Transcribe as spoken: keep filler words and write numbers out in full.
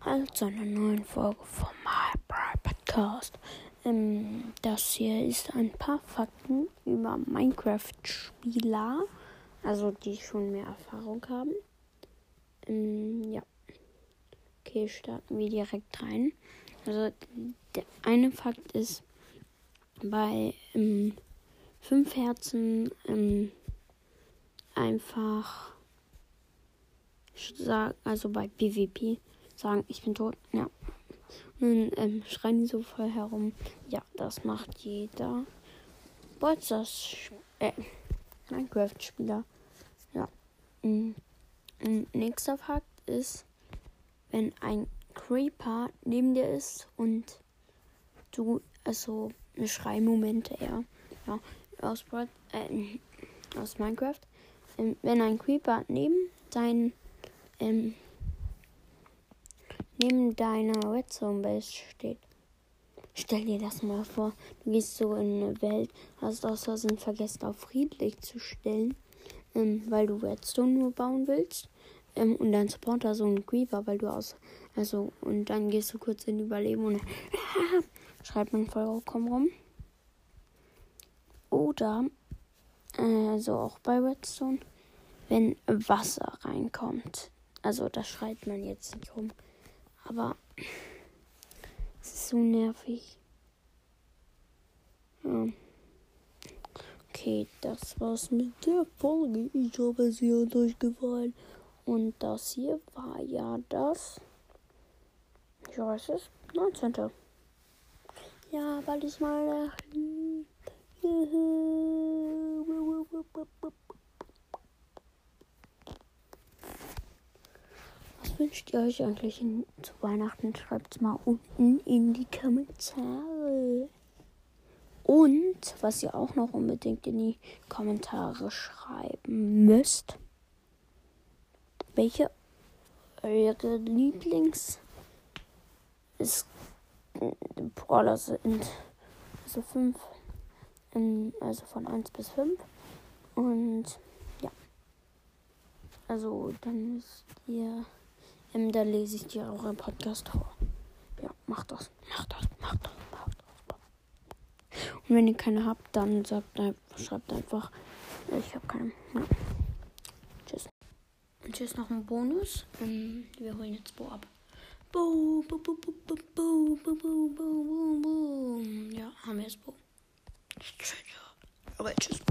Also zu einer neuen Folge von My Bright Podcast. Ähm, das hier ist ein paar Fakten über Minecraft-Spieler, also die schon mehr Erfahrung haben. Ähm, ja. Okay, starten wir direkt rein. Also der eine Fakt ist, bei ähm, fünf Herzen ähm, einfach sagen, also bei PvP sagen, ich bin tot. Ja. Und dann ähm, schreien die so voll herum. Ja, das macht jeder Bolzers äh, Minecraft-Spieler. Ja. Und nächster Fakt ist, wenn ein Creeper neben dir ist und du, also Schreimomente, ja, ja aus, äh, aus Minecraft, ähm, wenn ein Creeper neben dein, ähm, neben deiner Redstone Base steht. Stell dir das mal vor, du gehst so in eine Welt, hast aus Versehen vergessen auf friedlich zu stellen, ähm, weil du Redstone nur bauen willst. Ähm, und dann spawnt da so ein Creeper, weil du aus, also, und dann gehst du kurz in Überleben und dann schreibt man voll komm rum. Oder, äh, also auch bei Redstone, wenn Wasser reinkommt. Also da schreit man jetzt nicht rum. Aber es ist so nervig. Ja. Okay, das war's mit der Folge. Ich hoffe, sie hat euch gefallen. Und das hier war ja das, ich weiß es, neunzehnte. Ja, bald ist Weihnachten. Was wünscht ihr euch eigentlich in, zu Weihnachten? Schreibt's mal unten in die Kommentare. Und was ihr auch noch unbedingt in die Kommentare schreiben müsst, welche eure Lieblings ist Brawler sind. Also fünf, also von eins bis fünf. Und ja, also dann müsst ihr, ähm, da lese ich dir euren Podcast vor. Ja, macht das, macht das, macht das, macht das. Und wenn ihr keine habt, dann sagt, schreibt einfach, ich habe keine. Ja. Tschüss. Und hier ist noch ein Bonus. Ähm, wir holen jetzt Bo ab. Bo, bo, bo, bo, bo, bo, bo, bo, bo, bo. Ja, haben wir jetzt Bo. Aber tschüss.